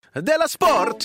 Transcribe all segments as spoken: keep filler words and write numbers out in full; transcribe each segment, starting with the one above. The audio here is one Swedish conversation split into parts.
Della Sport!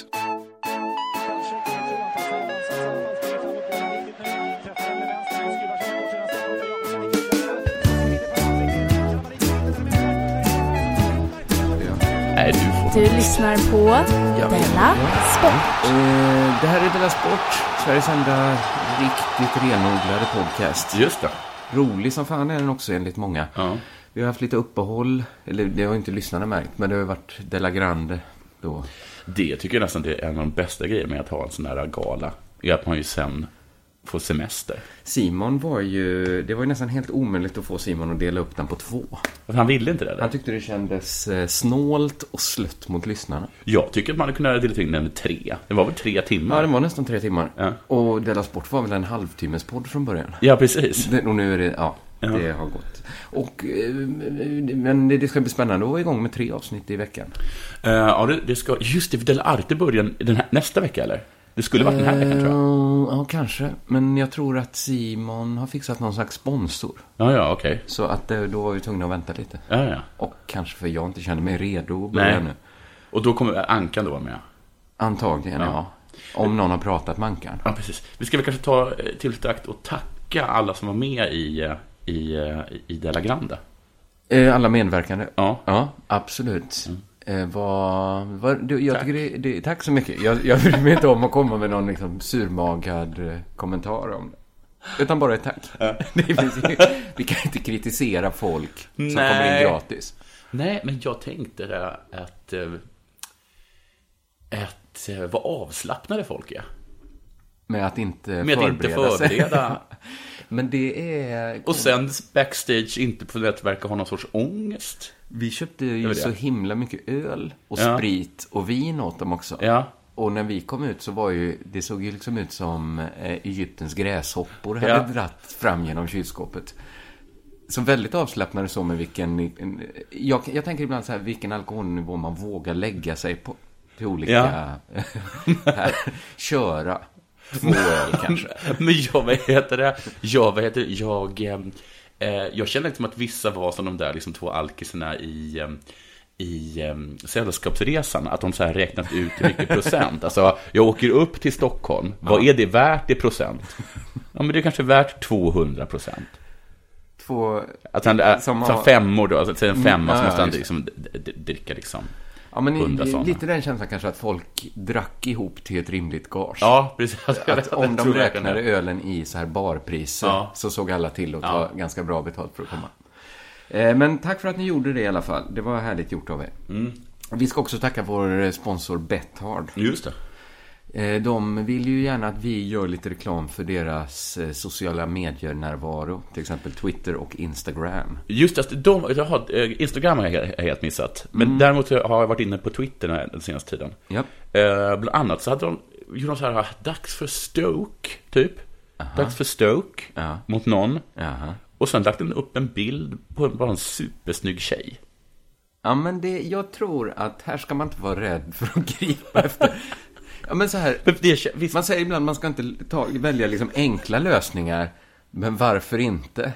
Nej, du får... Du lyssnar på Della Sport. Eh, det här är Della Sport, Sveriges enda riktigt renodlade podcast. Just det. Rolig som fan är den också enligt många. Ja. Vi har haft lite uppehåll, eller det har inte lyssnarna märkt, men det har varit Della Grande då. Det tycker jag nästan det är en av de bästa grejerna med att ha en sån här gala. Är att man ju sen får semester. Simon var ju, det var ju nästan helt omöjligt att få Simon att dela upp den på två. Han ville inte det, eller? Han tyckte det kändes snålt och slött mot lyssnarna. Jag tycker att man hade kunnat dela in den med tre. Det var väl tre timmar? Ja, det var nästan tre timmar. Ja. Och Della Sport var väl en halvtimmes podd från början. Ja, precis. Det, och nu är det, ja, Ja. det har gått. Och, eh, men det ska bli spännande att vara igång med tre avsnitt i veckan. Uh, ja, det, det ska... Just det, för Della Arte börjar den här, nästa vecka, eller? Det skulle varit den här veckan, tror jag. Ja, kanske. Men jag tror att Simon har fixat någon slags sponsor. Ja, ja, okej. Okay. Så att eh, då var vi tvungna att vänta lite. Ja, ja. Och kanske för jag inte känner mig redo att börja nu. Och då kommer Ankan då vara med. Antagligen, ja. ja. Om någon har pratat med Ankan. Ja, precis. Vi ska väl kanske ta tillfället i akt och tacka alla som var med i, i, i Della Grande. Eh, alla medverkande? Ja. Ja, absolut. Mm. Eh, vad, vad, du, jag tack. Tycker det, det, tack så mycket. Jag, jag vill inte om att komma med någon liksom surmagad eh, kommentar om det. Utan bara ett tack. Ja. Det finns, vi kan inte kritisera folk som Nej. kommer in gratis. Nej, men jag tänkte det att, att, att vad avslappnade folk är. Med att inte med förbereda, att inte förbereda. Men det är... Och sen backstage inte på det verkar ha någon sorts ångest. Vi köpte ju så himla mycket öl och ja. sprit och vin åt dem också. Ja. Och när vi kom ut så var ju, det såg ju liksom ut som eh, Egyptens gräshoppor hade ja. dratt fram genom kylskåpet. Så väldigt avslappnade så med vilken... En, jag, jag tänker ibland så här, vilken alkoholnivå man vågar lägga sig på till olika... Ja. här, köra. Två öl kanske. Men jag, vad heter det? Jag, vad heter det? Jag, eh, jag känner liksom att vissa var som de där liksom två alkisarna i... Eh, i um, sällskapsresan, att de så här räknat ut hur mycket procent. Alltså, jag åker upp till Stockholm. Ja. Vad är det värt i procent? Ja, men det är kanske värt tvåhundra procent. Två... Att han är som har... femmor då, alltså en femma mm, som måste ja, han liksom dricka liksom. Ja, men i, lite den känslan kanske att folk drack ihop till ett rimligt gage. Ja, precis. Att om de räknade ölen i så här barpriser ja. så såg alla till att ta ja. ganska bra betalt för att komma. Men tack för att ni gjorde det i alla fall. Det var härligt gjort av er. Mm. Vi ska också tacka vår sponsor Bethard. Just det. De vill ju gärna att vi gör lite reklam för deras sociala medier-närvaro. Till exempel Twitter och Instagram. Just det. De, jag har, Instagram har jag helt missat. Men mm. däremot har jag varit inne på Twitter den senaste tiden. Yep. Bland annat så hade de gjort så här, dags för Stoke, typ. Aha. Dags för Stoke ja. mot någon. Aha. Och sen lagt den upp en bild på bara en supersnygg tjej. Ja, men det, jag tror att här ska man inte vara rädd för att gripa efter. Ja, men så här, man säger ibland att man ska inte ta, välja liksom enkla lösningar. Men varför inte?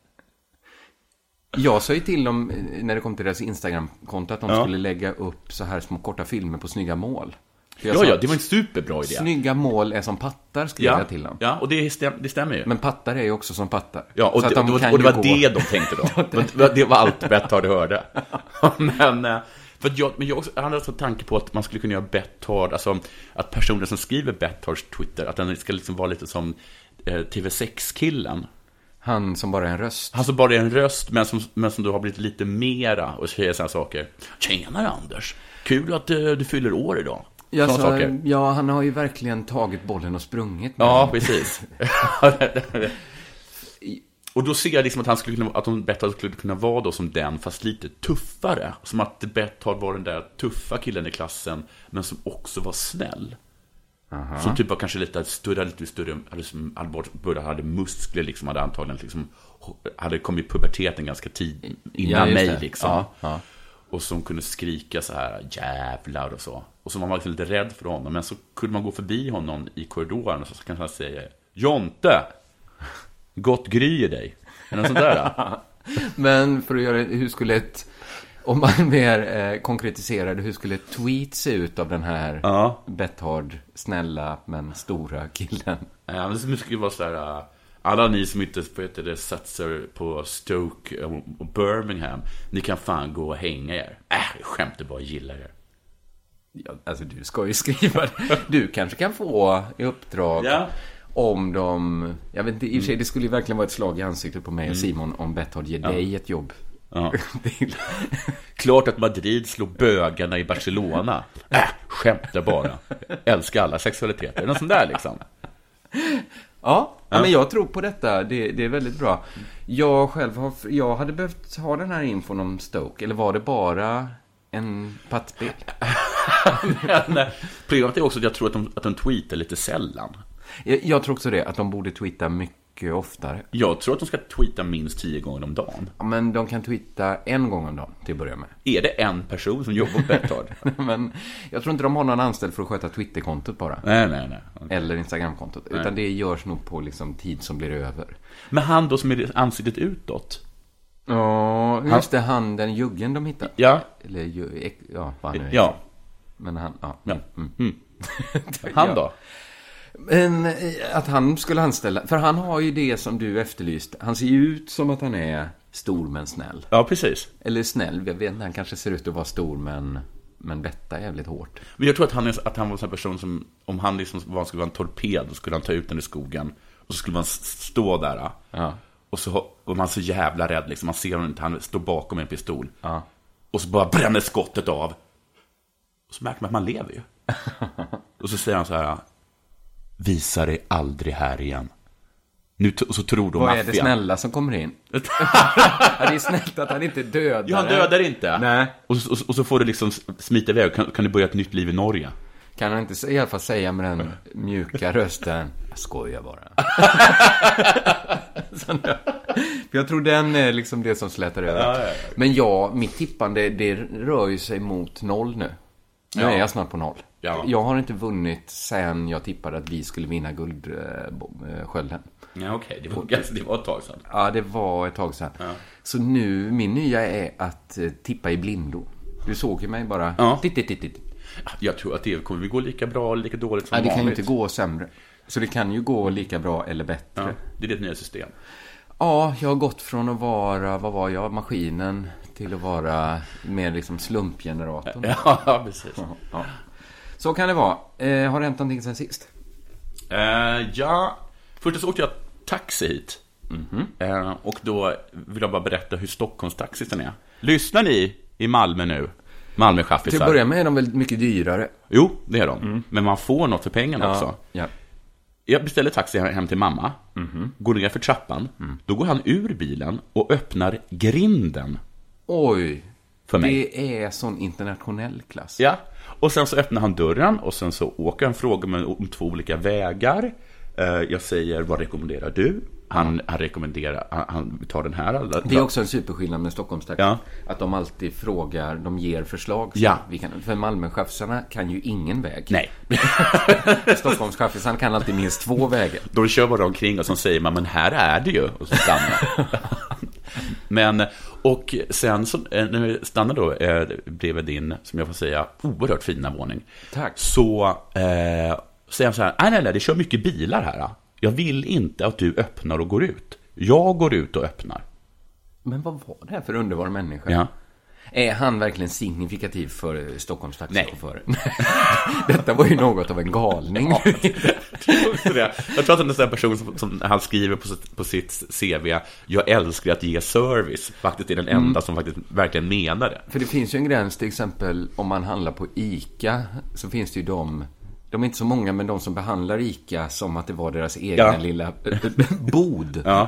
Jag sa ju till dem när det kom till deras Instagram-konto att de ja. skulle lägga upp så här små korta filmer på snygga mål. Ja, ja, det var en superbra idé. Snygga mål är som pattar, skrev ja, jag till dem. Ja, och det, stäm, det stämmer ju. Men pattar är ju också som pattar. Ja, och, det, de och, och det var gå... det de tänkte då. Det var allt Bethard hörde. men, för jag, men jag hade alltså tanke på att man skulle kunna göra Bethard, alltså att personen som skriver Bethards Twitter, att den ska liksom vara lite som eh, T V sex-killen. Han som bara är en röst. Han som bara är en röst, men som, men som då har blivit lite mera och säger sådana saker. Tjena Anders, kul att uh, du fyller år idag. Ja, så, ja, han har ju verkligen tagit bollen och sprungit med ja, den. Precis. Och då ser jag liksom att han skulle kunna, att de Bethard skulle kunna vara då som den, fast lite tuffare. Som att Bethard var den där tuffa killen i klassen, men som också var snäll. Aha. Som typ var kanske lite större, lite större, hade, hade, hade muskler liksom, hade antagligen liksom, hade kommit i puberteten ganska tid innan ja, mig liksom. Ja, ja. Och som kunde skrika så här jävlar och så. Och så var man liksom lite rädd för honom. Men så kunde man gå förbi honom i korridoren och så kanske han säga Jonte, gott gry i dig. Eller något sånt där. Men för att göra, hur skulle ett Om man mer eh, konkretiserade, hur skulle ett tweet se ut av den här ja. Betthard, snälla men stora killen? Ja, men det skulle vara så här... Uh, alla ni som inte vet det, satsar på Stoke och Birmingham, ni kan fan gå och hänga er. Äh, jag skämtar bara, gillar er. Ja, alltså du ska ju skriva det. Du kanske kan få i uppdrag ja. om de... Jag vet inte, i och för sig, det skulle ju verkligen vara ett slag i ansiktet på mig och Simon om Betthard ger ja. dig ett jobb. Ja. Klart att Madrid slår bögarna i Barcelona. Äh, skämtar bara. Älskar alla sexualiteter. Något sånt där liksom. Ja, ja, men jag tror på detta. Det, det är väldigt bra. Jag själv har, jag hade behövt ha den här infon om Stoke. Eller var det bara en pattbild? Problemet är också att jag tror att de, att de tweetar lite sällan. Jag, jag tror också det, att de borde tweeta mycket oftare. Jag tror att de ska tweeta minst tio gånger om dagen. Ja, men de kan tweeta en gång om dagen till att börja med. Är det en person som jobbar på Betthard? Men jag tror inte de har någon anställd för att sköta Twitterkontot bara. Nej, nej, nej. Okay. Eller Instagramkontot. Nej. Utan det görs nog på liksom tid som blir över. Men han då som är ansiktet utåt? Ja, just det, han, den juggen de hittar. Ja. Eller, ja, vad han nu ja. Men han, ja. ja. Mm. Mm. Han då? Men att han skulle anställa, för han har ju det som du efterlyst. Han ser ju ut som att han är stor men snäll. Ja, precis. Eller snäll, jag vet inte, han kanske ser ut att vara stor men, men bettar jävligt hårt. Men jag tror att han, är, att han var en sån person som, om han liksom var, skulle vara en torped, då skulle han ta ut den i skogen. Och så skulle man stå där. Ja. Och så och man är så jävla rädd liksom. Man ser honom inte, han står bakom en pistol. Ja. Och så bara bränner skottet av. Och så märker man att man lever ju. Och så säger han så här: visa dig aldrig här igen. Nu t- och så tror de Vad maffian. är det snälla som kommer in? Ja, det är snällt att han inte dödar. Ja, han dödar inte. Nej. Och, och, och så får du liksom smita iväg. Kan, kan du börja ett nytt liv i Norge? Kan han inte i alla fall säga med den mjuka rösten: jag skojar bara. För jag tror den är liksom det som slätar över. Ja, ja, ja. Men ja, mitt tippande, det rör ju sig mot noll nu. Nu ja. är jag snart på noll. Ja. Jag har inte vunnit sen jag tippade att vi skulle vinna guldskölden. Ja, okej. Okay. Det var ganska, det var ett tag sedan. Ja, det var ett tag sedan. Ja. Så nu, min nya är att tippa i blindo. Du såg ju mig bara. Ja. Titt, titt, titt, titt. Jag tror att det kommer gå lika bra eller lika dåligt som ja, det kan ju vanligt. inte gå sämre. Så det kan ju gå lika bra eller bättre. Ja, det är ditt nya system. Ja, jag har gått från att vara, vad var jag, maskinen, till att vara mer liksom slumpgeneratorn. Ja, precis. Ja, ja. Så kan det vara. Eh, har det hänt någonting sen sist? Uh, ja, först så åkte jag taxi hit. Mm-hmm. Uh, och då vill jag bara berätta hur Stockholmstaxisen är. Lyssnar ni i Malmö nu? Malmö-chaffisar. Till att börja med är de väldigt mycket dyrare. Jo, det är de. Mm. Men man får något för pengarna ja, också. Ja. Jag beställer taxi hem till mamma. Mm-hmm. Går ner för trappan. Mm. Då går han ur bilen och öppnar grinden. Oj, för mig. Det är sån internationell klass. Ja, och sen så öppnar han dörren. Och sen så åker han frågar mig om två olika vägar. Jag säger, vad rekommenderar du? Han, han rekommenderar, han, han tar den här. Det är också en superskillnad med Stockholmstaxi. Ja. Att de alltid frågar, de ger förslag. Ja. Vi kan, för Malmöchaffisarna kan ju ingen väg. Nej. Stockholmschaffisarna kan alltid minst två vägar. De kör bara omkring och så säger man, men här är det ju. Och så stannar. Men, och sen så, när vi stannar då eh, bredvid din, som jag får säga, oerhört fina våning. Tack. Så eh, säger han så här, nej, nej, nej, det kör mycket bilar här. Jag vill inte att du öppnar och går ut. Jag går ut och öppnar. Men vad var det här för underbar människa? Ja. Är han verkligen signifikativ för Stockholmstaxi? Nej. För... Detta var ju något av en galning. Ja, det. Jag tror att han är en sån person som, som han skriver på sitt, på sitt C V, jag älskar att ge service. Faktiskt är den enda mm. som faktiskt verkligen menar det. För det finns ju en gräns, till exempel om man handlar på ICA, så finns det ju de... De är inte så många, men de som behandlar ICA som att det var deras egen ja. lilla bod. Ja.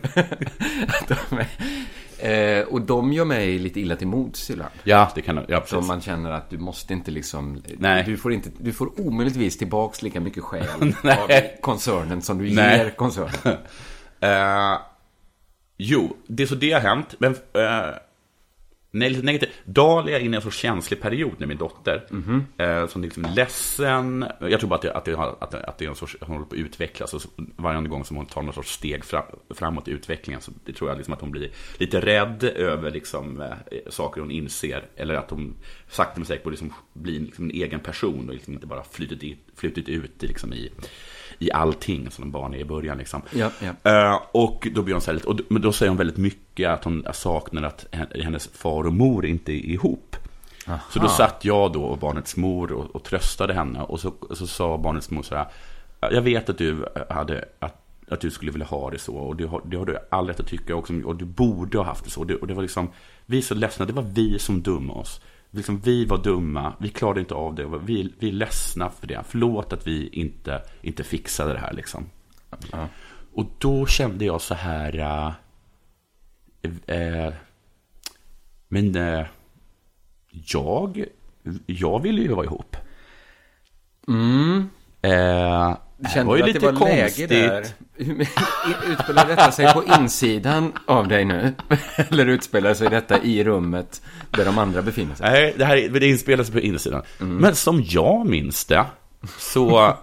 de är, eh, och de gör mig lite illa till mods ibland. Ja, det kan ja, så man känner att du måste inte liksom... Nej. Du får, inte, du får omöjligtvis tillbaks lika mycket skäl av koncernen som du Nej. ger koncernen. uh, jo, det är så det har hänt. Men uh, Nej, lite negativt. Dahlia är inne i en så känslig period med min dotter. Mm-hmm. Eh, som liksom är ledsen. Jag tror bara att det, att det, att det, att det är en sorts, att hon håller på att utvecklas. Och så, varje gång som hon tar någon sorts steg fram, framåt i utvecklingen, så det tror jag liksom att hon blir lite rädd över liksom, eh, saker hon inser. Eller att hon sakta men säkert liksom blir liksom en egen person och liksom inte bara flyttit, i, flyttit ut i, liksom i, i allting som en barn är i början. Liksom. Ja, ja. Eh, och då blir hon så här lite, och då, då säger hon väldigt mycket att hon saknar att hennes far och mor inte är ihop. Aha. Så då satt jag då och barnets mor och, och tröstade henne. Och så, och så sa barnets mor så här: jag vet att du hade att, att du skulle vilja ha det så. Och det har, det har du all rätt att tycka också. Och du borde ha haft det så. Och det, och det var liksom, vi är så ledsna. Det var vi som dumma oss. Liksom, vi var dumma. Vi klarade inte av det. Vi, vi är ledsna för det. Förlåt att vi inte, inte fixade det här liksom. Uh-huh. Och då kände jag så här... Äh, äh, men... Äh, Jag Jag ville ju vara ihop. Mm. Eh, Kände var ju att lite det var konstigt. Läge där? Utspelar detta sig på insidan av dig nu? Eller utspelar sig detta i rummet där de andra befinner sig? Nej, det här det inspelas på insidan. Mm. Men som jag minns det så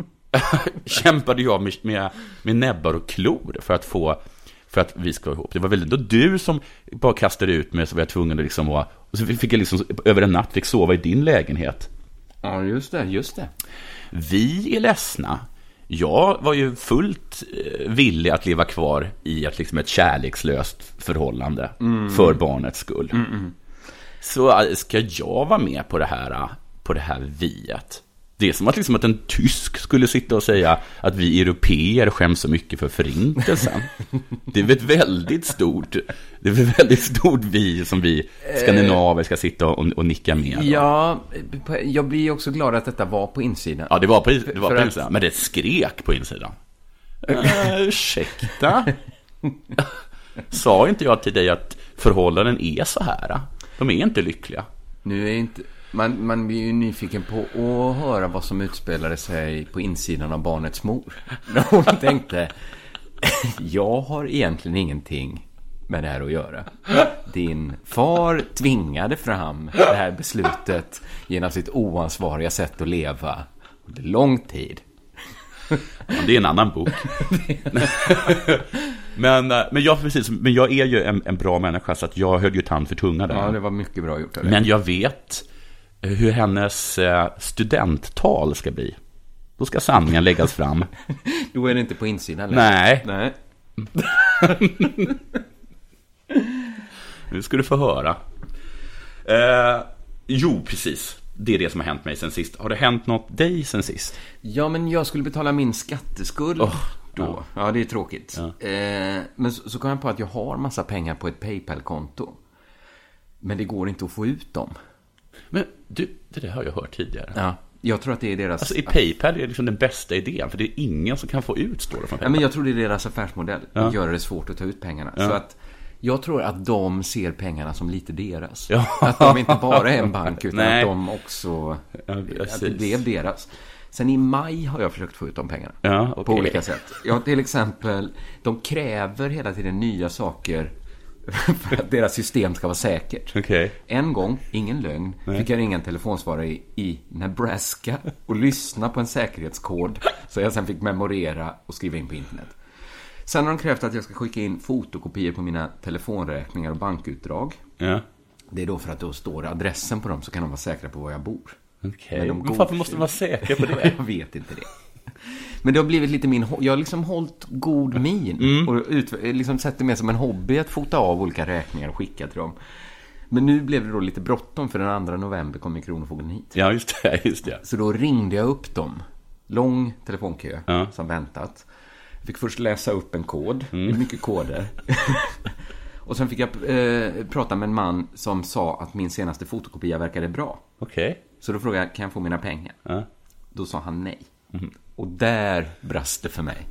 kämpade jag med, med, med näbbar och klor för att få för att vi ska vara ihop. Det var väl då du som bara kastade ut mig, så var jag tvungen att liksom vara, och så fick jag liksom över en natt fick sova i din lägenhet. Ja, just det, just det. Vi är ledsna. Jag var ju fullt villig att leva kvar i ett, liksom ett kärlekslöst förhållande mm. för barnets skull. Mm, mm. Så ska jag vara med på det här på det här viet. Det är som att, liksom att en tysk skulle sitta och säga att vi europeer skäms så mycket för förintelsen. Det är ett väldigt stort Det är ett väldigt stort vi som vi skandinaver ska sitta och, och nicka med. Då. Ja, jag blir också glad att detta var på insidan. Ja, det var på, det var på insidan. Men det skrek på insidan. uh, Ursäkta. Sa inte jag till dig att förhållanden är så här? De är inte lyckliga. Nu är inte... Man, man blir ju nyfiken på att höra vad som utspelade sig på insidan av barnets mor. När hon tänkte, jag har egentligen ingenting med det här att göra. Din far tvingade fram det här beslutet genom sitt oansvariga sätt att leva under lång tid. Ja, det är en annan bok. men, men, jag, precis, men jag är ju en, en bra människa, så att jag höll ju tand för tunga där. Ja, det var mycket bra gjort. Men jag vet hur hennes studenttal ska bli. Då ska sanningen läggas fram. Då är det inte på insidan längre. Nej. Nej. Nu ska du få höra. Eh, jo, precis. Det är det som har hänt mig sen sist. Har det hänt något dig sen sist? Ja, men jag skulle betala min skatteskuld oh, då. Ja. ja, det är tråkigt. Ja. Eh, men så, så kom jag på att jag har massa pengar på ett PayPal-konto. Men det går inte att få ut dem. Men du, det där har jag hört tidigare. Ja, jag tror att det är deras... Alltså i PayPal är det liksom den bästa idén, för det är ingen som kan få ut, står det från PayPal. Ja, men jag tror det är deras affärsmodell. Ja. Att göra det svårt att ta ut pengarna. Ja. Så att jag tror att de ser pengarna som lite deras. Ja. Att de inte bara är en bank, utan Nej. att de också... Ja, att det blev deras. Sen i maj har jag försökt få ut de pengarna. Ja, okay. På olika sätt. Ja, till exempel, de kräver hela tiden nya saker för att deras system ska vara säkert. Okay. En gång, ingen lögn, Nej. fick jag ringa en telefonsvarare i, i Nebraska och lyssna på en säkerhetskod så jag sen fick memorera och skriva in på internet. Sen har de krävt att jag ska skicka in fotokopier på mina telefonräkningar och bankutdrag. Ja. Det är då för att då står adressen på dem, så kan de vara säkra på var jag bor. Okej, okay. Men varför måste de vara säkra på det? Jag vet inte det. Men det har blivit lite min... Jag har liksom hållit god min. Mm. Och ut, liksom sett det mer som en hobby att fota av olika räkningar och skicka till dem. Men nu blev det då lite bråttom, för den andra november kom ju Kronofogden hit. Ja, just det, just det. Så då ringde jag upp dem. Lång telefonkö ja. som väntat. Jag fick först läsa upp en kod. Mm. Det är mycket koder. Och sen fick jag eh, prata med en man som sa att min senaste fotokopia verkade bra. Okej. Okay. Så då frågade jag, kan jag få mina pengar? Ja. Då sa han nej. Mm. Och där brast det för mig.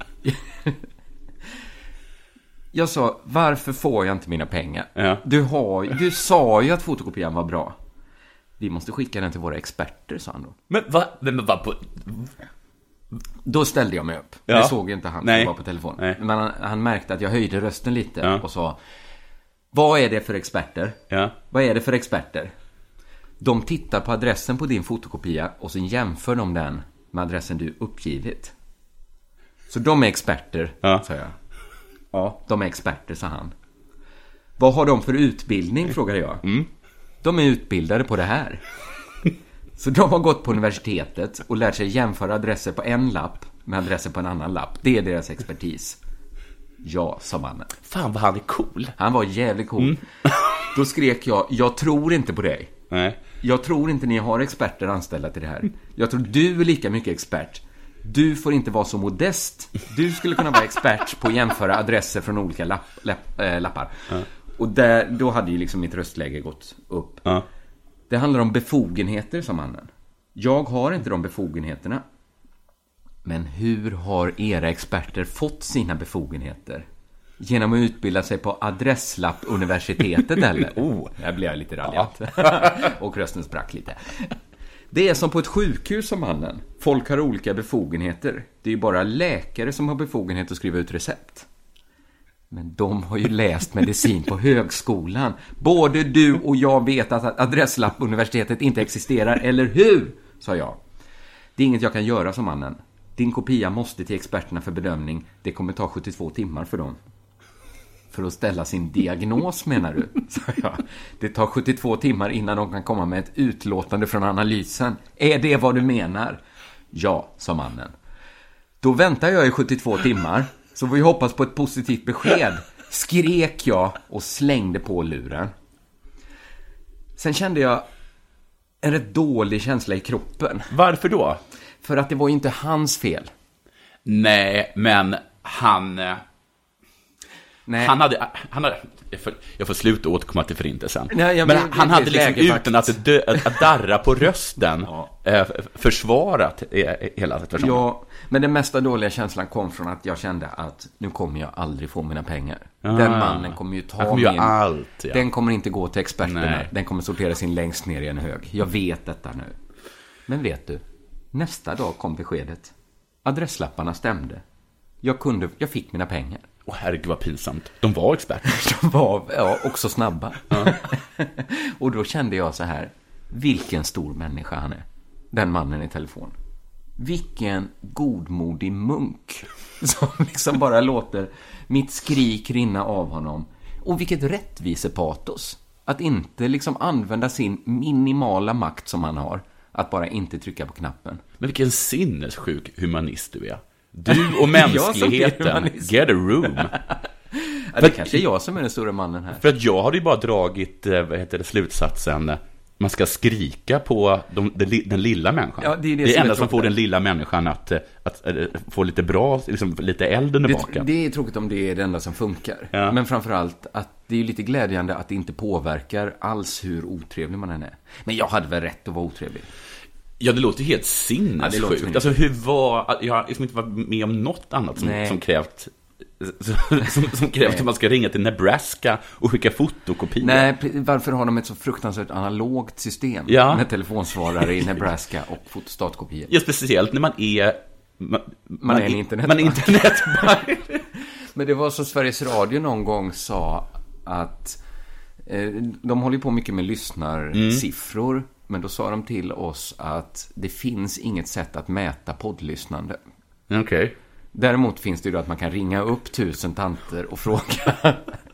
Jag sa, varför får jag inte mina pengar? Ja. Du, har, du sa ju att fotokopian var bra. Vi måste skicka den till våra experter, sa han då. Men vad? Men vad på... Då ställde jag mig upp. Ja. Det såg inte han Nej. som var på telefon. Nej. Men han, han märkte att jag höjde rösten lite ja. och sa, Vad är det för experter? Ja. Vad är det för experter? De tittar på adressen på din fotokopia och sen jämför de den med adressen du uppgivit. Så de är experter, ja. sa jag. Ja, de är experter, sa han. Vad har de för utbildning, frågade jag. Mm. De är utbildade på det här. Så de har gått på universitetet och lärt sig jämföra adresser på en lapp med adresser på en annan lapp. Det är deras expertis. Ja, sa mannen. Fan vad han är cool. Han var jävligt cool. Mm. Då skrek jag, jag tror inte på dig. Nej. Jag tror inte ni har experter anställda till det här. Jag tror du är lika mycket expert. Du får inte vara så modest. Du skulle kunna vara expert på att jämföra adresser från olika lapp, lapp, äh, lappar. Ja. Och där, då hade ju liksom mitt röstläge gått upp. Ja. Det handlar om befogenheter, sa mannen. Jag har inte de befogenheterna. Men hur har era experter fått sina befogenheter? Genom att utbilda sig på adresslapp-universitetet eller? Oh, jag blev lite raljant. Ja. Och rösten sprack lite. Det är som på ett sjukhus, som mannen. Folk har olika befogenheter. Det är ju bara läkare som har befogenhet att skriva ut recept. Men de har ju läst medicin på högskolan. Både du och jag vet att adresslapp-universitetet inte existerar, eller hur? Sa jag. Det är inget jag kan göra, som mannen. Din kopia måste till experterna för bedömning. Det kommer ta sjuttiotvå timmar för dem. För att ställa sin diagnos, menar du? Sa jag. Det tar sjuttiotvå timmar innan de kan komma med ett utlåtande från analysen. Är det vad du menar? Ja, sa mannen. Då väntar jag i sjuttiotvå timmar. Så får vi hoppas på ett positivt besked. Skrek jag och slängde på luren. Sen kände jag en rätt dålig känsla i kroppen. Varför då? För att det var ju inte hans fel. Nej, men han... Nej. Han hade... Han hade jag, får, jag får sluta återkomma till förintelsen. Nej, jag, men det, han det, hade liksom utan att, dö, att darra på rösten ja. eh, försvarat hela situationen. Ja, men den mesta dåliga känslan kom från att jag kände att nu kommer jag aldrig få mina pengar. Ah. Den mannen kommer ju ta kommer min... allt, ja. Den kommer inte gå till experterna. Nej. Den kommer sortera sin längst ner i en hög. Jag vet detta nu. Men vet du, nästa dag kom beskedet. Adresslapparna stämde. Jag kunde, jag fick mina pengar. Åh, herregud vad pinsamt. De var experter. De var ja, också snabba. Ja. Och då kände jag så här. Vilken stor människa han är. Den mannen i telefon. Vilken godmodig munk. Som liksom bara låter mitt skrik rinna av honom. Och vilket rättvisepatos. Att inte liksom använda sin minimala makt som han har. Att bara inte trycka på knappen. Men vilken sinnessjuk humanist du är. Du och mänskligheten, get a room. Ja, det kanske är jag som är den stora mannen här. För att jag hade ju bara dragit, vad heter det, slutsatsen. Man ska skrika på de, den lilla människan. Ja, det är det, det är enda som får den lilla människan att, att, att, att få lite bra, liksom, lite eld under baken. Det är tråkigt om det är det enda som funkar. Ja. Men framförallt att det är lite glädjande att det inte påverkar alls hur otrevlig man än är. Men jag hade väl rätt att vara otrevlig. Ja, det låter ju helt sinnessjukt. Ja, alltså hur var... Jag har liksom inte varit med om något annat som, som krävt... Som, som krävt att man ska ringa till Nebraska och skicka fotokopior. Nej, varför har de ett så fruktansvärt analogt system ja. med telefonsvarare i Nebraska och fotostatkopior? Ja, speciellt när man är... Man, man, man är en internet. Man är internet. Men det var så Sveriges Radio någon gång sa att eh, de håller på mycket med lyssnarsiffror. Mm. Men då sa de till oss att det finns inget sätt att mäta poddlyssnande. Okej. Okay. Däremot finns det ju då att man kan ringa upp tusen tanter och fråga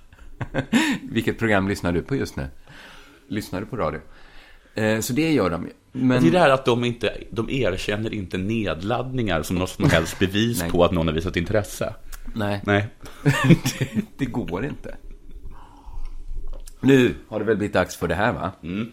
vilket program lyssnar du på just nu? Lyssnar du på radio? Eh, så det gör de. Men... Det är det här att de inte de erkänner inte nedladdningar som något som helst bevis på att någon har visat intresse. Nej. Nej. det, det går inte. Nu har det väl blivit dags för det här, va? Mm.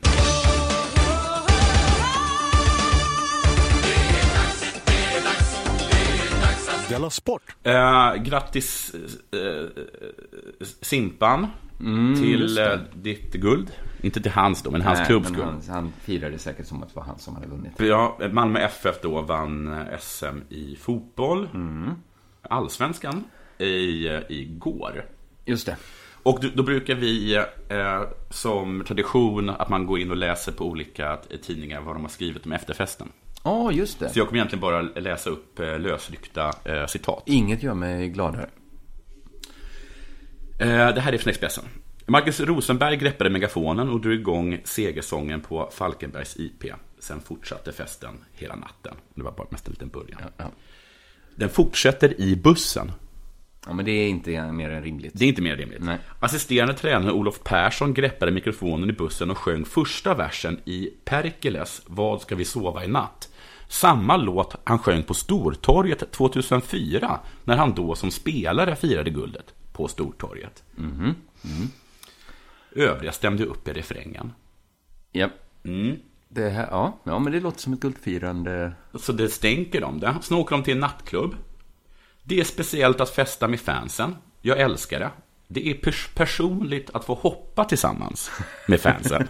Sport. Eh, grattis eh, Simpan mm, till eh, ditt guld. Inte till hans då, men hans Nej, klubbs guld. Han, han firade säkert som att det var han som hade vunnit. Ja, Malmö F F då vann S M i fotboll. Mm. Allsvenskan i, igår. Just det. Och då, då brukar vi eh, som tradition att man går in och läser på olika tidningar vad de har skrivit om efterfesten. Ja, oh, just det. Så jag kommer egentligen bara läsa upp eh, lösryckta eh, citat. Inget gör mig gladare. Eh, det här är från Expressen. Marcus Rosenberg greppade megafonen och drog igång segersången på Falkenbergs I P. Sen fortsatte festen hela natten. Det var bara mest en liten början. Ja, ja. Den fortsätter i bussen. Ja, men det är inte mer än rimligt. Det är inte mer än rimligt. Nej. Assisterande tränare Olof Persson greppade mikrofonen i bussen och sjöng första versen i Perkeles Vad ska vi sova i natt? Samma låt han sjöng på Stortorget tjugohundrafyra när han då som spelare firade guldet på Stortorget. Mhm. Mm. Övriga stämde upp i refrängen. Ja. Mm. Det här, ja. ja, men det låter som ett guldfirande. Så det stänker om det. Så åker de till en nattklubb. Det är speciellt att festa med fansen. Jag älskar det. Det är pers- personligt att få hoppa tillsammans med fansen.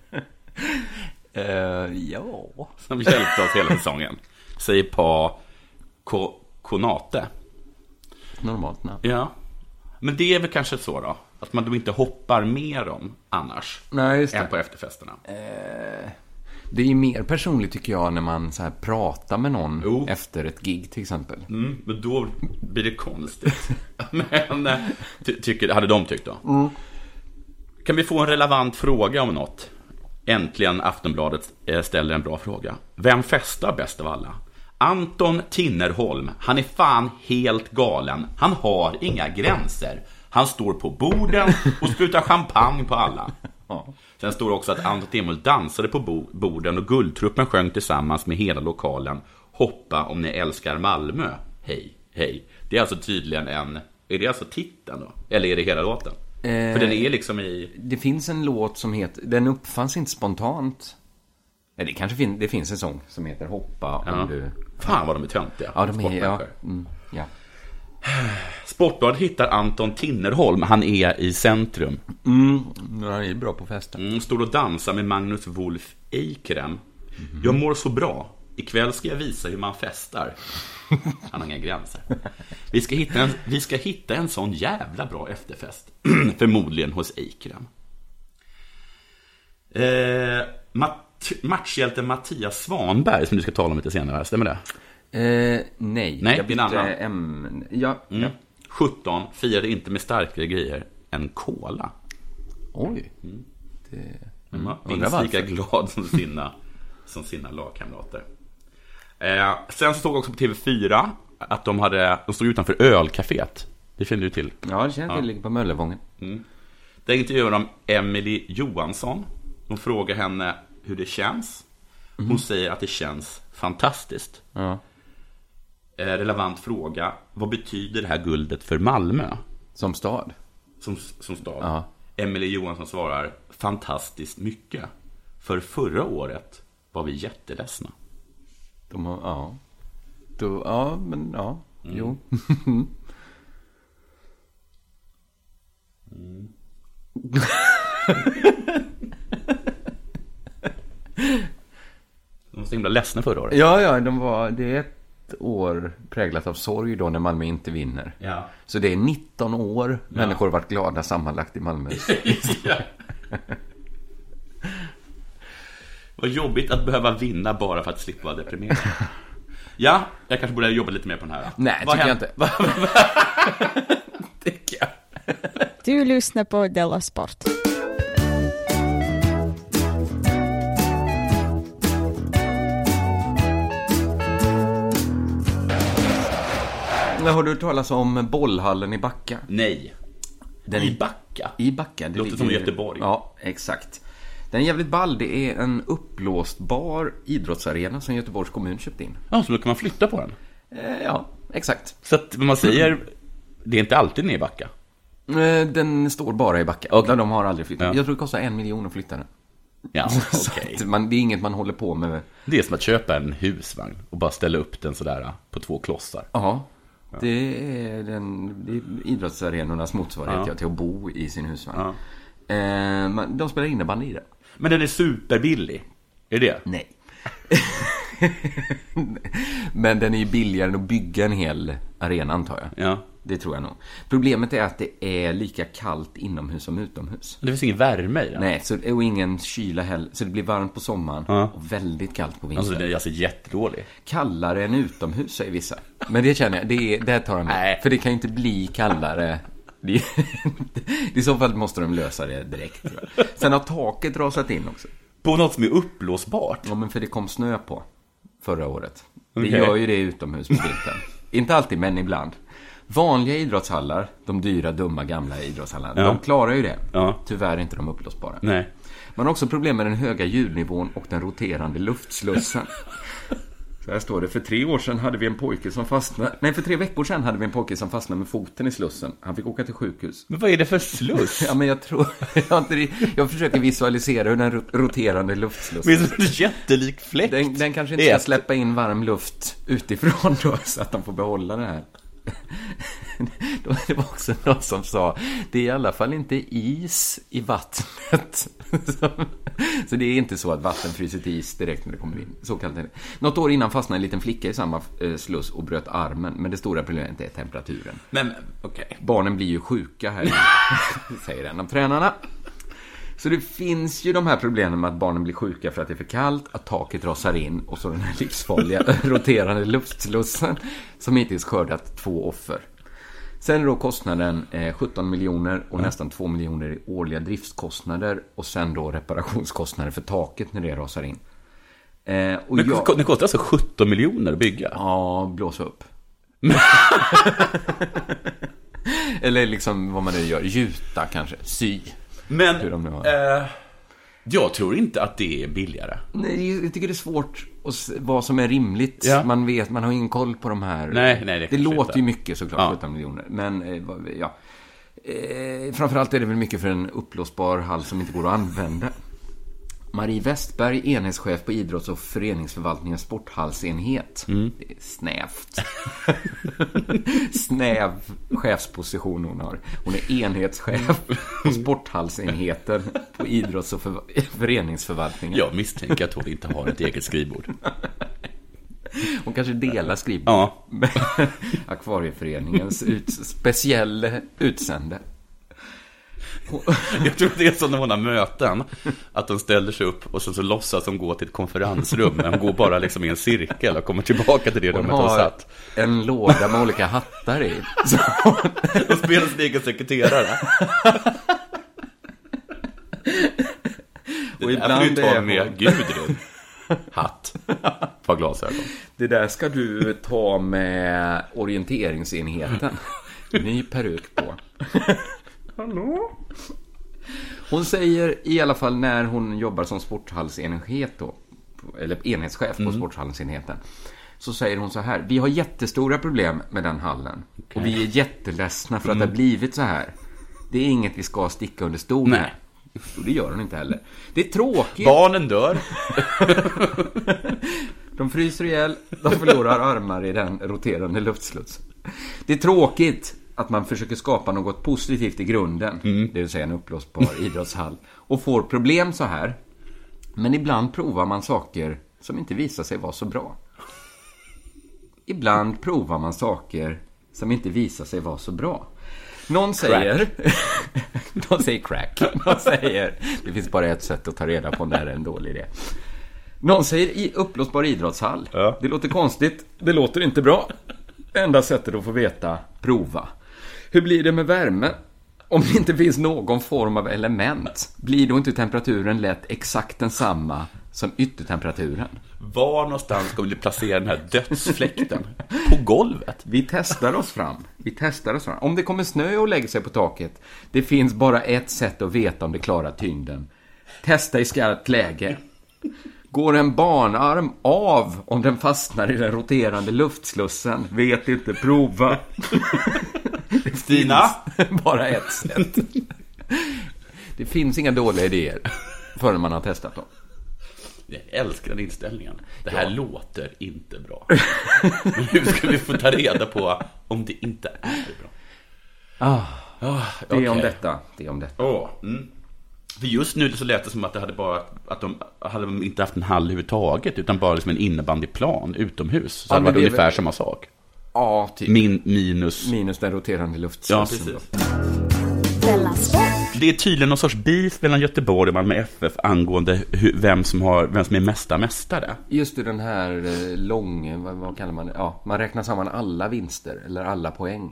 uh, ja. Som hjälpte oss hela säsongen. Säger Pa Ko- Konate. Normalt namn. Ja. Men det är väl kanske så då. Att man då inte hoppar mer om annars. Nej, just det. Än på efterfesterna. Uh... Det är ju mer personligt tycker jag när man så här pratar med någon oh. efter ett gig till exempel. Mm, men då blir det konstigt. Men ty- tycker, hade de tyckt då? Mm. Kan vi få en relevant fråga om något? Äntligen Aftonbladet ställer en bra fråga. Vem festar bäst av alla? Anton Tinnerholm. Han är fan helt galen. Han har inga gränser. Han står på borden och sprutar champagne på alla. Ja. Sen står det också att Anton Tinnerholm dansade på bo- borden och Guldtruppen sjöng tillsammans med hela lokalen Hoppa om ni älskar Malmö. Hej, hej. Det är alltså tydligen en... Är det alltså titeln då? Eller är det hela låten? Eh, För den är liksom i... Det finns en låt som heter... Den uppfanns inte spontant. Nej, det kanske fin- det finns en sång som heter Hoppa om ja. du... Fan vad de är töntiga. Ja, de är... Ja. Mm, ja. Sportbladet hittar Anton Tinnerholm. Han är i centrum. Mm, han är bra på festen. Mm, står och dansar med Magnus Wolf Eikrem. Mm. Jag mår så bra. Ikväll ska jag visa hur man festar. Han har inga gränser. Vi ska hitta en, vi ska hitta en sån jävla bra efterfest. Förmodligen hos Eikrem. Eh, mat- matchhjälten Mattias Svanberg som du ska tala om lite senare. Stämmer det? Eh, nej, nej, jag bytte ämne. Ja, mm. ja. sjutton firade inte med starkare grejer än cola. Oj. Mm. Det... Mm. Mm. Minst lika glad som sina, som sina lagkamrater. Eh, sen så stod också på T V fyra att de hade de stod utanför ölcaféet. Det känner du till? Ja, det känner jag till. Ja. Ligger på Möllevången. Mm. Där intervjuade de Emily Johansson. De frågar henne hur det känns. Hon mm. säger att det känns fantastiskt. Ja. Relevant fråga. Vad betyder det här guldet för Malmö? Som stad? Som, som stad. Ja. Emily Johansson svarar fantastiskt mycket. För förra året var vi jätteledsna. De har, ja. Då, ja, men ja. Mm. Jo. mm. De var så himla ledsna förra året. Ja, ja, de var, det är ett år präglat av sorg då när Malmö inte vinner. Ja. Så det är nitton år ja. människor har varit glada sammanlagt i Malmö. Vad jobbigt att behöva vinna bara för att slippa vara deprimerad. Ja, jag kanske borde jobba lite mer på den här. Nej, vad tycker hänt? jag inte. Tycker jag. Du lyssnar på Della Sport. Har du hört talas om bollhallen i Backa? Nej. Den I Backa? I Backa. Det låter ligger... som Göteborg. Ja, exakt. Den är jävligt ball. Det är en upplåstbar idrottsarena som Göteborgs kommun köpt in. Ja, så då kan man flytta på den? Eh, ja, exakt. Så att man säger, det är inte alltid nere i Backa? Eh, den står bara i Backa. Okay. De har aldrig flyttat. Ja. Jag tror det kostar en miljon att flytta den. Ja, okej. Okay. Man, det är inget man håller på med. Det är som att köpa en husvagn och bara ställa upp den sådär på två klossar. Ja. Det är, den, det är idrottsarenornas motsvarighet ja. till att bo i sin husvagn. Ja. Eh, man, de spelar innebandy i det. Men den är superbillig. Är det? Nej. Men den är ju billigare än att bygga en hel arena, antar jag. Ja. Det tror jag nog. Problemet är att det är lika kallt inomhus som utomhus. Det finns ingen värme i den. Nej, så, och ingen kyla heller. Så det blir varmt på sommaren ja. och väldigt kallt på vintern. Alltså det är alltså jättedålig. Kallare än utomhus, säger vissa. Men det känner jag, det, det tar jag med. Nej. För det kan ju inte bli kallare. Det, I så fall måste de lösa det direkt. Sen har taket rasat in också. På något som är upplåsbart? Ja, men för det kom snö på förra året. Okay. Det gör ju det utomhus på vintern. Inte alltid, men ibland. Vanliga idrottshallar, de dyra, dumma, gamla idrottshallarna, ja. de klarar ju det. Ja. Tyvärr är inte de upplåsbara. Nej. Man har också problem med den höga ljudnivån och den roterande luftslussen. Så här står det, för tre år sedan hade vi en pojke som fastnade. Nej, för tre veckor sedan hade vi en pojke som fastnade med foten i slussen. Han fick åka till sjukhus. Men vad är det för sluss? Ja, men jag tror... Jag, inte, jag försöker visualisera hur den roterande luftslussen... Det är som en jättelik fläkt. Den, den kanske inte ska släppa in varm luft utifrån då, så att de får behålla det här. Det var också någon som sa, det är i alla fall inte is i vattnet. Så det är inte så att vatten fryser till is direkt när det kommer in. Så kallat det. Något år innan fastnade en liten flicka i samma sluss och bröt armen. Men det stora problemet är temperaturen. Men, okej. Okay. Barnen blir ju sjuka här, säger en av tränarna. Så det finns ju de här problemen med att barnen blir sjuka för att det är för kallt, att taket rasar in och så den här livsfarliga roterande luftslussen som hittills skördat två offer. Sen är då kostnaden eh, sjutton miljoner och ja. nästan två miljoner i årliga driftskostnader och sen då reparationskostnader för taket när det rasar in. Eh, och Men jag... det kostar alltså sjutton miljoner att bygga? Ja, blåsa upp. Eller liksom vad man nu gör, gjuta kanske, sy. Men eh, jag tror inte att det är billigare. Nej, jag tycker det är svårt att se vad som är rimligt. Ja. Man vet, man har ingen koll på de här. Nej, nej, det det låter inte. ju mycket såklart, sjutton miljoner. Men eh, ja, eh, framförallt är det väl mycket för en upplåsbar hall som inte går att använda. Marie Westberg, enhetschef på idrotts- och föreningsförvaltningens sporthallsenhet. Mm. Det är snävt. Snäv chefsposition hon har. Hon är enhetschef på sporthallsenheten på idrotts- och för- föreningsförvaltningen. Jag misstänker att hon inte har ett eget skrivbord. Hon kanske delar skrivbord ja. med Akvarieföreningens ut- speciell utsände. Jag tror det är så när hon har möten att de ställer sig upp och så, så låtsas de gå till ett konferensrum, men de går bara liksom i en cirkel och kommer tillbaka till det rummet de satt. En låda med olika hattar i. Och spelar sin egen sekreterare. Och ibland är med Gudrun hatt på glasögon. Det där ska du ta med orienteringsenheten. Ny peruk på. Hallå? Hon säger i alla fall när hon jobbar som sporthallsenhet då, eller enhetschef på mm. sporthallsenheten, så säger hon så här: vi har jättestora problem med den hallen. Okay. Och vi är jätteledsna för att mm. det har blivit så här. Det är inget vi ska sticka under stol med. Och det gör hon inte heller. Det är tråkigt. Barnen dör. De fryser ihjäl. De förlorar armar i den roterande luftsluts. Det är tråkigt att man försöker skapa något positivt i grunden, mm. det vill säga en upplåsbar idrottshall, och får problem så här. Men ibland provar man saker som inte visar sig vara så bra. Ibland provar man saker som inte visar sig vara så bra. Någon säger någon säger crack. Någon säger det finns bara ett sätt att ta reda på om det här är en dålig idé. Någon säger i upplåsbar idrottshall. Ja. Det låter konstigt, det låter inte bra. Enda sättet att få veta, prova. Hur blir det med värme? Om det inte finns någon form av element, blir då inte temperaturen lätt exakt densamma som yttertemperaturen? Var någonstans ska vi placera den här dödsfläkten? På golvet? Vi testar oss fram. Vi testar oss fram. Om det kommer snö och lägger sig på taket, det finns bara ett sätt att veta om det klarar tyngden. Testa i skarpt läge. Går en barnarm av om den fastnar i den roterande luftslussen? Vet inte, prova. Det Stina? Bara ett sätt. Det finns inga dåliga idéer förrän man har testat dem. Jag älskar den inställningen. Det här ja. låter inte bra. Men hur ska vi få ta reda på om det inte är bra? Ah, ah, det är okay. om detta. Det är om detta. Oh, mm. För just nu så lät det som att det hade bara att de hade inte haft en hall överhuvudtaget, utan bara liksom en innebandyplan utomhus. Så ja, hade det varit ungefär väl... samma sak. Ja, typ. Min, minus minus den roterande luftslussen. Ja, precis. Det är tydligen någon sorts beef mellan Göteborg och Malmö F F angående hur, vem som har vem som är mesta mästare. Just det, den här lång, vad, vad kallar man det? Ja, man räknar samman alla vinster eller alla poäng.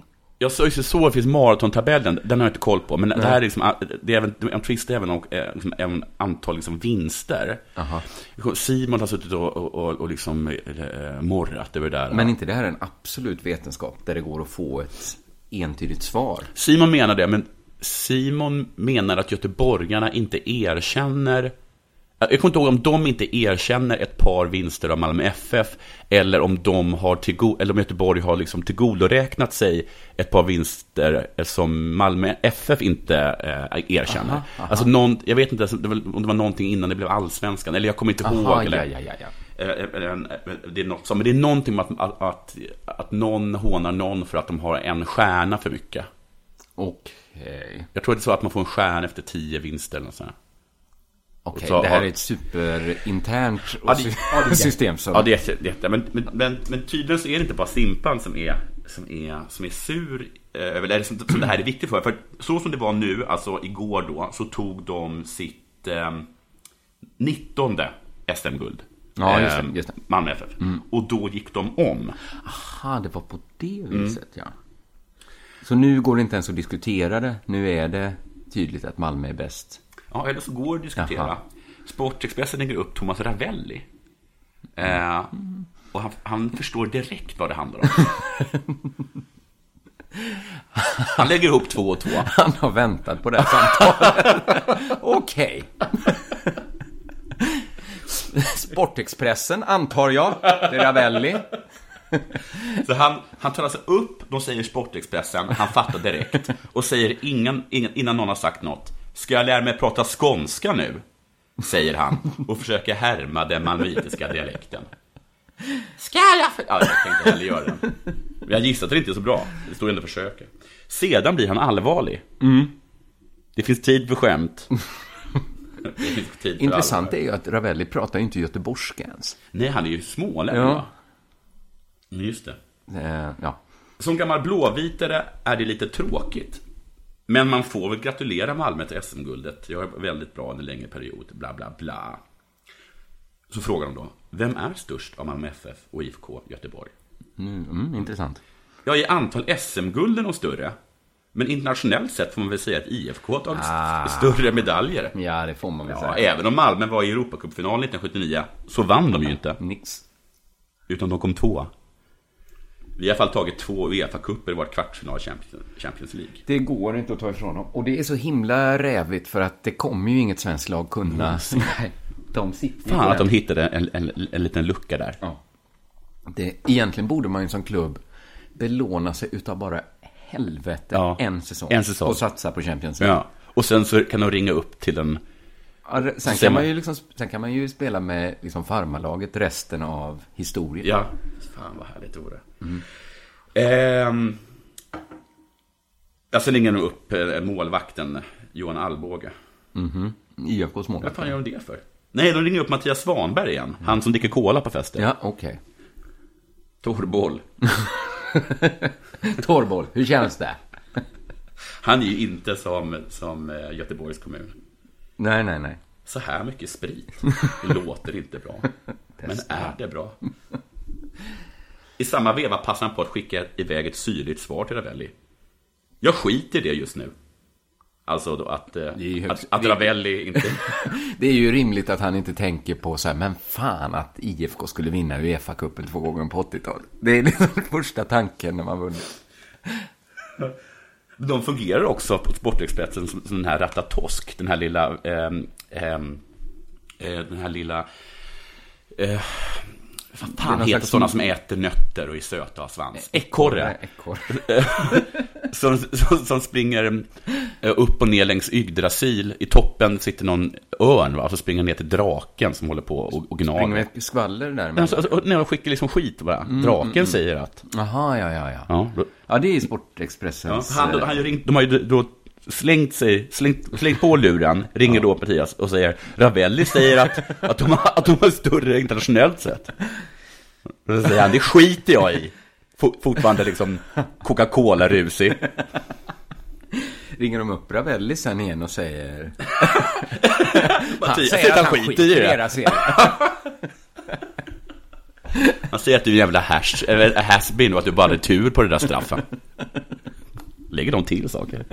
Jag såg ju så, det finns maratontabellen, den har jag inte koll på, men Nej. det här är liksom, det är även, en twist även och liksom, även antal liksom vinster. Aha. Simon har suttit och, och, och, och liksom eh, morrat över det där. Men inte det här är en absolut vetenskap där det går att få ett entydigt svar? Simon menar det, men Simon menar att göteborgarna inte erkänner. Jag kommer inte ihåg om de inte erkänner ett par vinster av Malmö F F eller om de har tillgo- eller om Göteborg har liksom tillgodoräknat sig ett par vinster som Malmö F F inte eh, erkänner. Aha, aha. Alltså någon, jag vet inte om det var någonting innan det blev allsvenskan, eller jag kommer inte aha, ihåg. Eller, ja, ja, ja, ja. Det är något som, men det är någonting med att, att, att, att någon hånar någon för att de har en stjärna för mycket. Okej. Okay. Jag tror det är så att man får en stjärna efter tio vinster eller så. Okej, okay, det här är ett superinternt ja, det, ja, det system som... Ja, det är det. Men, men, men, men tydligen så är det inte bara Simpan som är, som är, som är sur eller är det som, som det här är viktigt för. För så som det var nu, alltså igår då, så tog de sitt eh, nittonde S M-guld. Ja, just det, just det. Malmö F F. Mm. Och då gick de om. Aha, det var på det viset, mm. ja. Så nu går det inte ens att diskutera det. Nu är det tydligt att Malmö är bäst. Ja, eller så går det att diskutera. Jaha. Sportexpressen lägger upp Thomas Ravelli. Eh, mm. Och han, han förstår direkt vad det handlar om. Han lägger ihop två och två. Han har väntat på det här samtalet. Okej. Sportexpressen, antar jag. Det är Ravelli. Så han, han tar alltså upp, de säger Sportexpressen, han fattar direkt och säger ingen, ingen, innan någon har sagt något. Ska jag lära mig prata skånska nu? Säger han och försöker härma den malmöitiska dialekten. Ska jag? För... Ja, jag tänkte heller göra den. Jag gissar att det inte är så bra. Det står ändå försöker. Sedan blir han allvarlig. Mm. Det finns tid för skämt. Det finns tid för intressant allvar. Är ju att Ravelli pratar ju inte göteborgska ens. Nej, han är ju smålänning. Ja. Just det. Eh, ja. Som gammal blåvitare är det lite tråkigt. Men man får väl gratulera Malmö till S M-guldet. Jag är väldigt bra under en längre period. Bla bla bla. Så frågar de då, vem är störst av Malmö F F och I F K Göteborg? Mm, mm, intressant. Ja, i antal S M-gulden och större. Men internationellt sett får man väl säga att I F K har tagit ah. större medaljer. Ja, det får man väl ja, säga. Även om Malmö var i Europacupfinalen nittonhundrasjuttionio så vann de ju inte. Nix. Utan de kom tvåa. Vi har i alla fall tagit två UEFA-cuper i vårt kvartsfinal Champions League. Det går inte att ta ifrån dem. Och det är så himla rävigt för att det kommer ju inget svenskt lag kunna. Mm. De sitter fan att de hittade en, en, en liten lucka där. Ja. Det, egentligen borde man ju som klubb belåna sig utav bara helvete ja. en, säsong en säsong och satsa på Champions League. Ja. Och sen så kan de ringa upp till en... Ja, sen, kan man ju liksom, sen kan man ju spela med liksom farmarlaget resten av historien. Ja, fan vad härligt det vore. Mm. Ehm, alltså ringer de upp eh, målvakten Johan Alvbåge. Mhm. I F K:s målvakt. Vad fan gör de det för? Nej, de ringer upp Mattias Svanberg igen. Mm. Han som dricker cola på festen. Ja, okej. Okay. Torboll. Torboll, hur känns det? Han är ju inte som, som Göteborgs kommun. Nej, nej, nej. Så här mycket sprit. Det låter inte bra. Men är det bra? I samma veva passar han på att skicka iväg ett syrligt svar till Ravelli. Jag skiter i det just nu. Alltså då att, högst, att, att Ravelli inte... Det är ju rimligt att han inte tänker på så här, men fan att I F K skulle vinna UEFA-cupen två gånger på åttiotalet. Det är liksom första tanken när man vunnit. De fungerar också på Sportexpressen som, som den här Ratatosk, den här lilla eh, eh, den här lilla eh, vad fan heter slags... sådana som äter nötter och är söta och har svans? Ekorre. som, som, som springer upp och ner längs Yggdrasil. I toppen sitter någon örn, va? Så springer ner till draken som håller på och, och gnager. Springer med skvaller där. Men... Alltså, och, och skickar liksom skit, va? Mm, draken mm, säger att... Jaha, ja, ja, ja. Ja, då... ja det är Sportexpressens... Ja, han, han, ring, de har ju då slängt sig, slängt, slängt på luren, ringer ja. då Mattias och säger Ravelli säger att, att, de har, att de har större internationellt sett. Och så säger han, det skiter jag i. Fortfarande liksom Coca-Cola-rusig. Ringer de upp Ravelli sen igen och säger Mattias säger att han, han skiter i det. Han säger att du är en jävla hash, has-been och att du bara hade tur på det där straffen. lägger de till saker.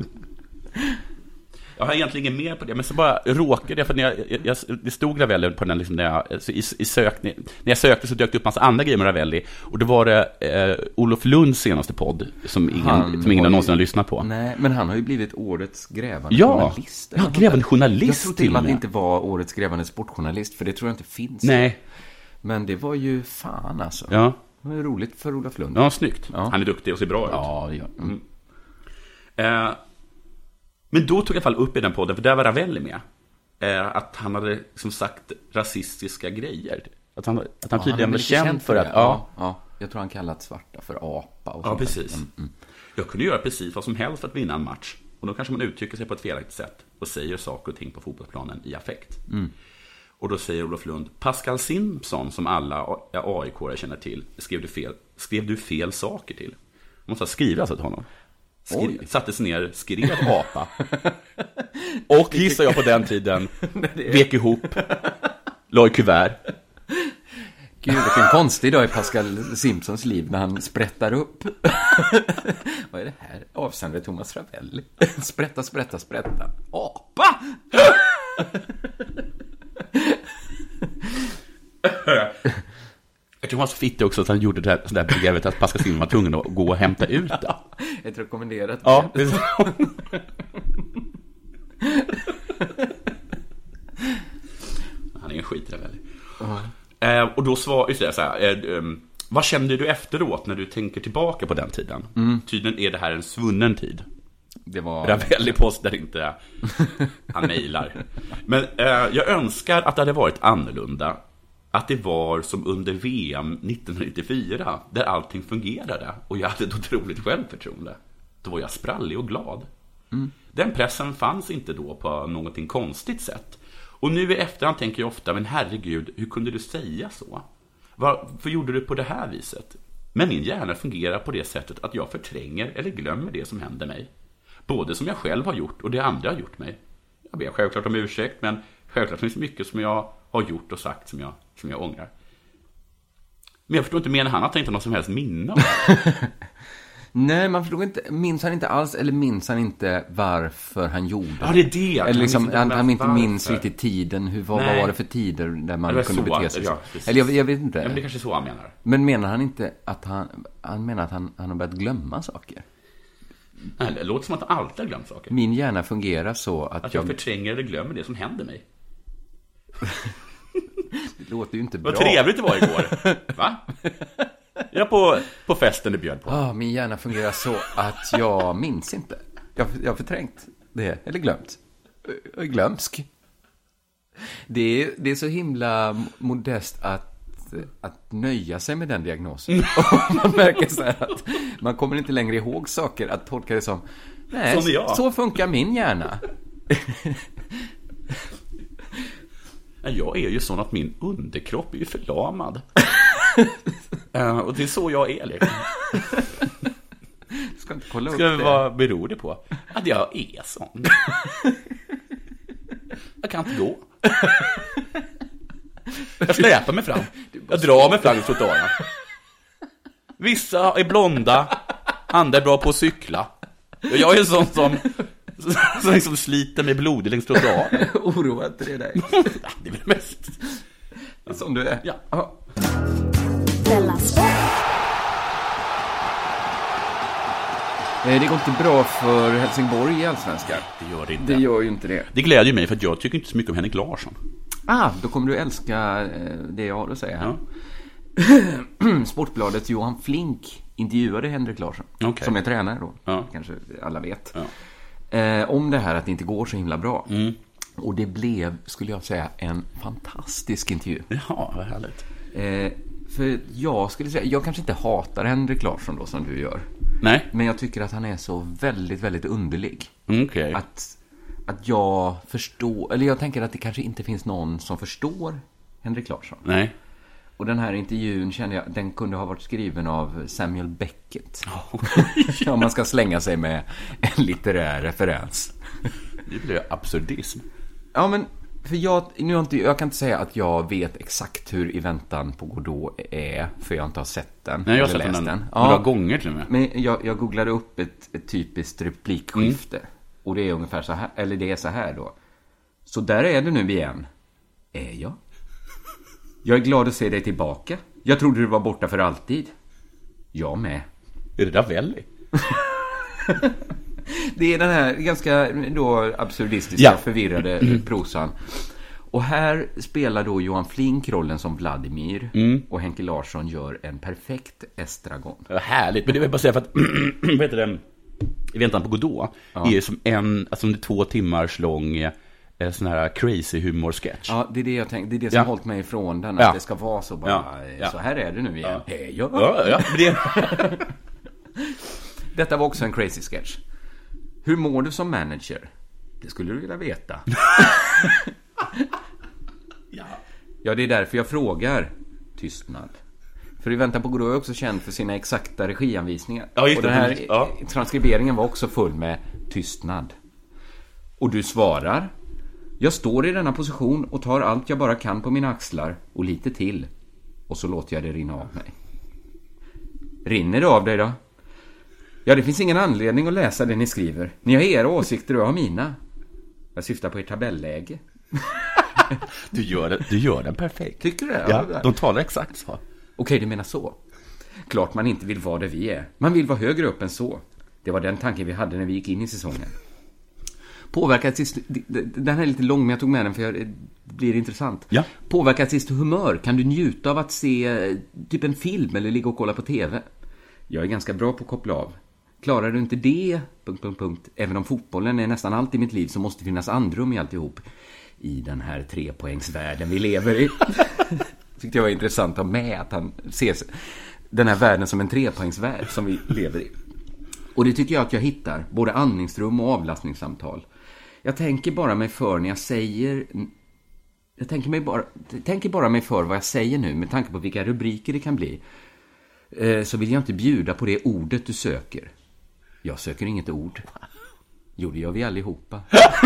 Jag har egentligen mer på det, men så bara råkade jag, för när jag, jag, jag det stod Ravelli på den liksom, när jag, så i, i sök, när jag sökte så dök det upp massa andra grejer med Ravelli, och då var det eh, Olof Lunds senaste podd som ingen, han som ingen har någonsin har lyssnat på. Nej, men han har ju blivit årets grävande ja, journalist. Ja, grävande journalist. Jag tror till och med att det inte var årets grävande sportjournalist, för det tror jag inte finns. Nej. Men det var ju fan alltså. Ja. Det var roligt för Olof Lund. Ja, snyggt. Ja. Han är duktig och ser bra ut. Ja, ja. Mm. Eh, men då tog jag i alla fall upp i den podden, för där var Ravelli med. Eh, att han hade som sagt rasistiska grejer. Att han, att han ja, tydligen var känd, känd för att... Ja, ja. ja, jag tror han kallat svarta för apa. Och ja, sånt. precis. Mm, mm. Jag kunde göra precis vad som helst för att vinna en match. Och då kanske man uttrycker sig på ett felaktigt sätt och säger saker och ting på fotbollsplanen i affekt. Mm. Och då säger Olof Lund: Pascal Simpson, som alla A I K-are känner till, skrev du fel, skrev du fel saker till. Man måste skriva alltså till honom. Skri- sattes ner, skrev apa. Och gissar jag på den tiden vek ihop, la i kuvert. Gud, vilken konstig dag i Pascal Simpsons liv när han sprättar upp. Vad är det här? Avsändare Thomas Ravelli. Sprätta, sprätta, sprätta. Apa! Jag tror han var så fitt också att han gjorde det här, så där brevet att Pascal Simpson var tvungen att gå och hämta ut det. Ett rekommenderat. Ja, det han är en skit Ravelli. Uh-huh. Eh, och då svarade jag så här, eh, um, vad kände du efteråt när du tänker tillbaka på den tiden? Mm. Tydligen är det här en svunnen tid. Det var... Ravelli postar inte. Han mejlar. Men eh, jag önskar att det hade varit annorlunda. Att det var som under V M nittonhundranittiofyra, där allting fungerade och jag hade ett otroligt självförtroende. Då var jag sprallig och glad. Mm. Den pressen fanns inte då på någonting konstigt sätt. Och nu i efterhand tänker jag ofta, men herregud, hur kunde du säga så? Varför gjorde du på det här viset? Men min hjärna fungerar på det sättet att jag förtränger eller glömmer det som händer mig. Både som jag själv har gjort och det andra har gjort mig. Jag ber självklart om ursäkt, men självklart finns det mycket som jag har gjort och sagt som jag, som jag ångrar. Men jag förstår inte, menar han att han inte har något som helst minne av det? Nej, man förstår inte, minns han inte alls, eller minns han inte varför han gjorde det? Ja, det är det. Eller liksom, han, han inte minns riktigt tiden, hur, vad, vad var det för tider där man kunde så, bete sig ja, eller jag, jag vet inte. Ja, men det kanske är så han menar. Men menar han inte att han, han menar att han, han har börjat glömma saker? Nej, det låter som att han alltid har glömt saker. Min hjärna fungerar så att, att jag, jag förtränger eller glömmer det som händer mig. Det låter ju inte bra. Vad trevligt det var igår. Va? Jag på, på festen det bjöd på. Ah, min hjärna fungerar så att jag minns inte. Jag, jag har förträngt det, eller glömt. Jag är glömsk. Det är, det är så himla modest att, att nöja sig med den diagnosen. Och man märker så här att man kommer inte längre ihåg saker, att tolka det som, nej, som så funkar min hjärna. Jag är ju sån att min underkropp är ju förlamad. uh, och det är så jag är liksom. Ska inte kolla upp Ska det. Vad beror det på? Att jag är sån. Jag kan inte gå. Jag släpar mig fram. Jag drar mig fram i trottoaren. Vissa är blonda, andra är bra på att cykla. Jag är en sån som som liksom sliter med blod längs trottoaren. Oroa inte det där. Det är väl mest som du är. Ja. Aha. Det går inte bra för Helsingborg i Allsvenskan. Det gör det inte. Det gör ju inte det. Det glädjer mig för att jag tycker inte så mycket om Henrik Larsson. Ah, då kommer du älska det jag har att säga här. Ja. Sportbladets Johan Flink intervjuade Henrik Larsson, okay. som är tränare då, ja. Kanske alla vet. Ja. Eh, om det här att det inte går så himla bra. Mm. Och det blev, skulle jag säga, en fantastisk intervju. Ja, vad härligt. Eh, för jag skulle säga, jag kanske inte hatar Henrik Larsson då som du gör. Nej. Men jag tycker att han är så väldigt, väldigt underlig. Okay. Att, att jag förstår, eller jag tänker att det kanske inte finns någon som förstår Henrik Larsson. Nej. Och den här intervjun känner jag, den kunde ha varit skriven av Samuel Beckett. Oh. Om man ska slänga sig med en litterär referens. Det blir absurdism. Ja, men För jag, nu har inte, jag kan inte säga att jag vet exakt hur I väntan på Godot är, för jag inte har sett den. Nej, jag har eller sett läst den, den. några Ja, gånger till och med. men jag, jag googlade upp ett, ett typiskt replikskifte. Mm. Och det är ungefär så här, eller det är så här då. Så där är du nu igen. Är jag? Jag är glad att se dig tillbaka. Jag trodde du var borta för alltid. Jag med. Är det Ravelli? Det är den här ganska då absurdistiska, ja. förvirrade mm. prosan. Och här spelar då Johan Flink rollen som Vladimir. Mm. Och Henke Larsson gör en perfekt estragon. Ja, härligt, men det vill jag bara säga för att vad heter det? I väntan på Godot ja. är som en, alltså en två timmars lång eh, sån här crazy humor-sketch. Ja, det är det jag tänkte. Det är det som ja. har hållit mig ifrån den. Att ja. det ska vara så bara, ja. Ja. så här är det nu igen. Ja. Hej, ja. Ja, ja, det... Detta var också en crazy sketch. Hur mår du som manager? Det skulle du vilja veta. ja. ja, det är därför jag frågar. Tystnad. För I väntan på Godot är också känd för sina exakta regianvisningar. Ja, just och den här ja. transkriberingen var också full med tystnad. Och du svarar: jag står i denna position och tar allt jag bara kan på mina axlar och lite till. Och så låter jag det rinna av mig. Rinner det av dig då? Ja, det finns ingen anledning att läsa det ni skriver. Ni har era åsikter och jag har mina. Jag syftar på ert tabelläge. du, gör det, du gör den perfekt. Tycker du det? Ja, de talar exakt så. Okej, du menar så. Klart man inte vill vara där vi är. Man vill vara högre upp än så. Det var den tanken vi hade när vi gick in i säsongen. Påverkat sist... Den här är lite lång, men jag tog med den för det blir intressant. Ja. Påverkat sist humör. Kan du njuta av att se typ en film eller ligga och kolla på tv? Jag är ganska bra på att koppla av. Klarar du inte det... Punkt, punkt, punkt. Även om fotbollen är nästan allt i mitt liv så måste det finnas andrum i alltihop. I den här trepoängsvärlden vi lever i. Tyckte jag var intressant att ha med att han ser den här världen som en trepoängsvärld som vi lever i. Och det tycker jag att jag hittar. Både andningsrum och avlastningssamtal. Jag tänker bara mig för när jag säger... Jag tänker, mig bara, jag tänker bara mig för vad jag säger nu med tanke på vilka rubriker det kan bli. Så vill jag inte bjuda på det ordet du söker. Jag söker inget ord. Jo, det gör vi allihopa.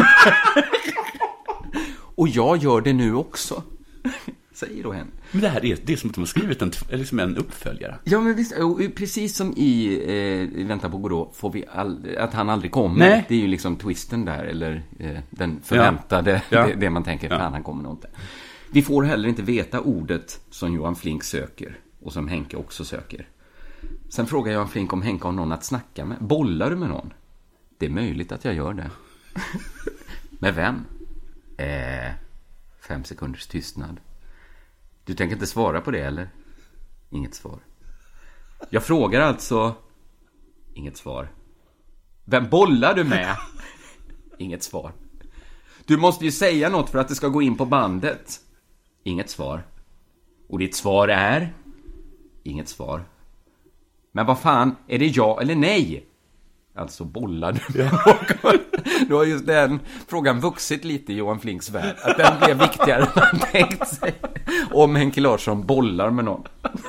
Och jag gör det nu också. Säger då hen. Men det här är, det är som att de har skrivit en, liksom en uppföljare. Ja, men visst, precis som i, eh, i Vänta på Godot får vi all, att han aldrig kommer. Nej. Det är ju liksom twisten där, eller eh, den förväntade, ja. Ja. Det, det man tänker, ja. fan han kommer nog inte. Vi får heller inte veta ordet som Johan Flink söker och som Henke också söker. Sen frågar Johan Flink om Henke har någon att snacka med. Bollar du med någon? Det är möjligt att jag gör det. Med vem? Eh, fem sekunders tystnad. Du tänker inte svara på det, eller? Inget svar. Jag frågar alltså... Inget svar. Vem bollar du med? Inget svar. Du måste ju säga något för att det ska gå in på bandet. Inget svar. Och ditt svar är? Inget svar. Men vad fan, är det ja eller nej? Alltså bollar du. Då har just den frågan vuxit lite i Johan Flinks värld. Att den blev viktigare än han tänkt sig. Om Henke Larsson bollar med någon.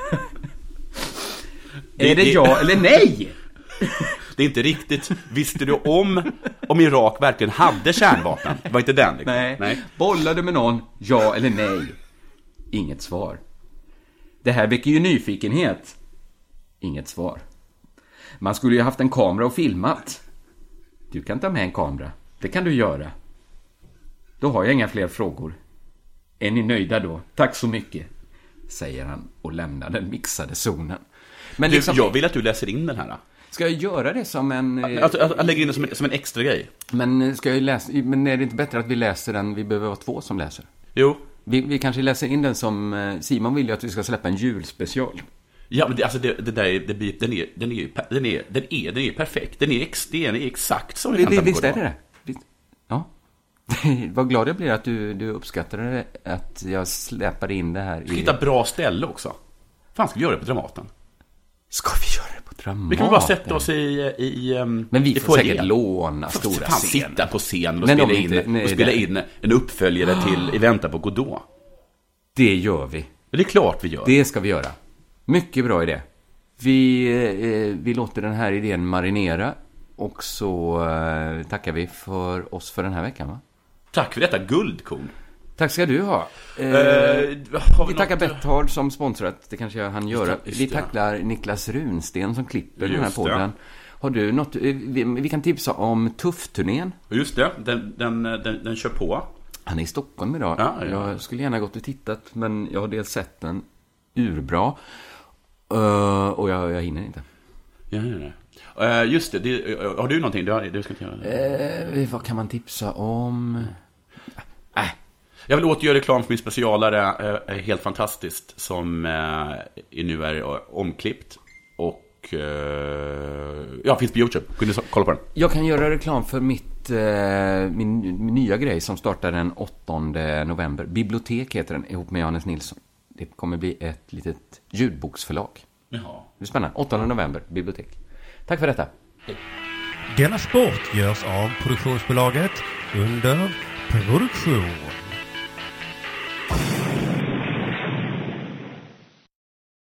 Det, är det ja eller nej? Det är inte riktigt. Visste du om om Irak verkligen hade kärnvapen? Det var inte den liksom. Nej. nej. Bollar du med någon, ja eller nej? Inget svar. Det här väcker ju nyfikenhet. Inget svar. Man skulle ju haft en kamera och filmat. Du kan ta med en kamera. Det kan du göra. Då har jag inga fler frågor. Är ni nöjda då? Tack så mycket, säger han och lämnar den mixade zonen. Men du, liksom, jag vill att du läser in den här. Ska jag göra det som en... Att, att, att lägga in det som en, som en extra grej. Men, ska jag läsa, men är det inte bättre att vi läser den? Vi behöver vara två som läser. Jo. Vi, vi kanske läser in den som... Simon vill ju att vi ska släppa en julspecial. Ja, men det, alltså det, det där, det blir, den är, den är, den är, den är, den är perfekt. Den är, ex, den är exakt som det, det, visst är det det. Visst. Ja. Vad glad jag blir att du, du uppskattade att jag släpade in det här. Vi ska hitta bra ställe också. Fan, ska vi göra det på Dramaten? Ska vi göra det på Dramaten? Vi kan bara sätta oss i... i um, men vi i får säkert låna stora fan, scenen. Sitta på scen och men spela, inte, in, nej, och spela det. in en uppföljare till I väntan på Godot. Det gör vi. Det är klart vi gör. Det ska vi göra. Mycket bra idé. Vi, eh, vi låter den här idén marinera. Och så eh, tackar vi för oss för den här veckan, va? Tack för detta guldkorn. Tack ska du ha. Eh, Eh, har vi vi tackar något- Betthard som sponsrat. Det kanske jag han göra. det, just Vi det. tacklar Niklas Runsten som klipper den här Just det. podden. Har du något? eh, Vi, vi kan tipsa om Tuffturnén. Just det, den, den, den, den kör på. Han är i Stockholm idag. Ja, ja. Jag skulle gärna gått och tittat, men jag har dels sett den urbra. Uh, och jag, jag hinner inte. Ja, ja, ja. Eh, just det, det, har du någonting? Du, har, du ska inte göra det. Eh, vad kan man tipsa om? Äh. Jag vill återgöra reklam för min specialare, eh, helt fantastiskt, som eh, nu är eh, omklippt. Och eh, ja, finns på YouTube. Gå in och kolla på den. Jag kan göra reklam för mitt, eh, min, min nya grej som startar den åttonde november. Bibliotek heter den, ihop med Johannes Nilsson. Det kommer bli ett litet ljudboksförlag. Jaha. Det är spännande. åttonde november, bibliotek. Tack för detta. Denna sport görs av produktionsbolaget Under Produktion.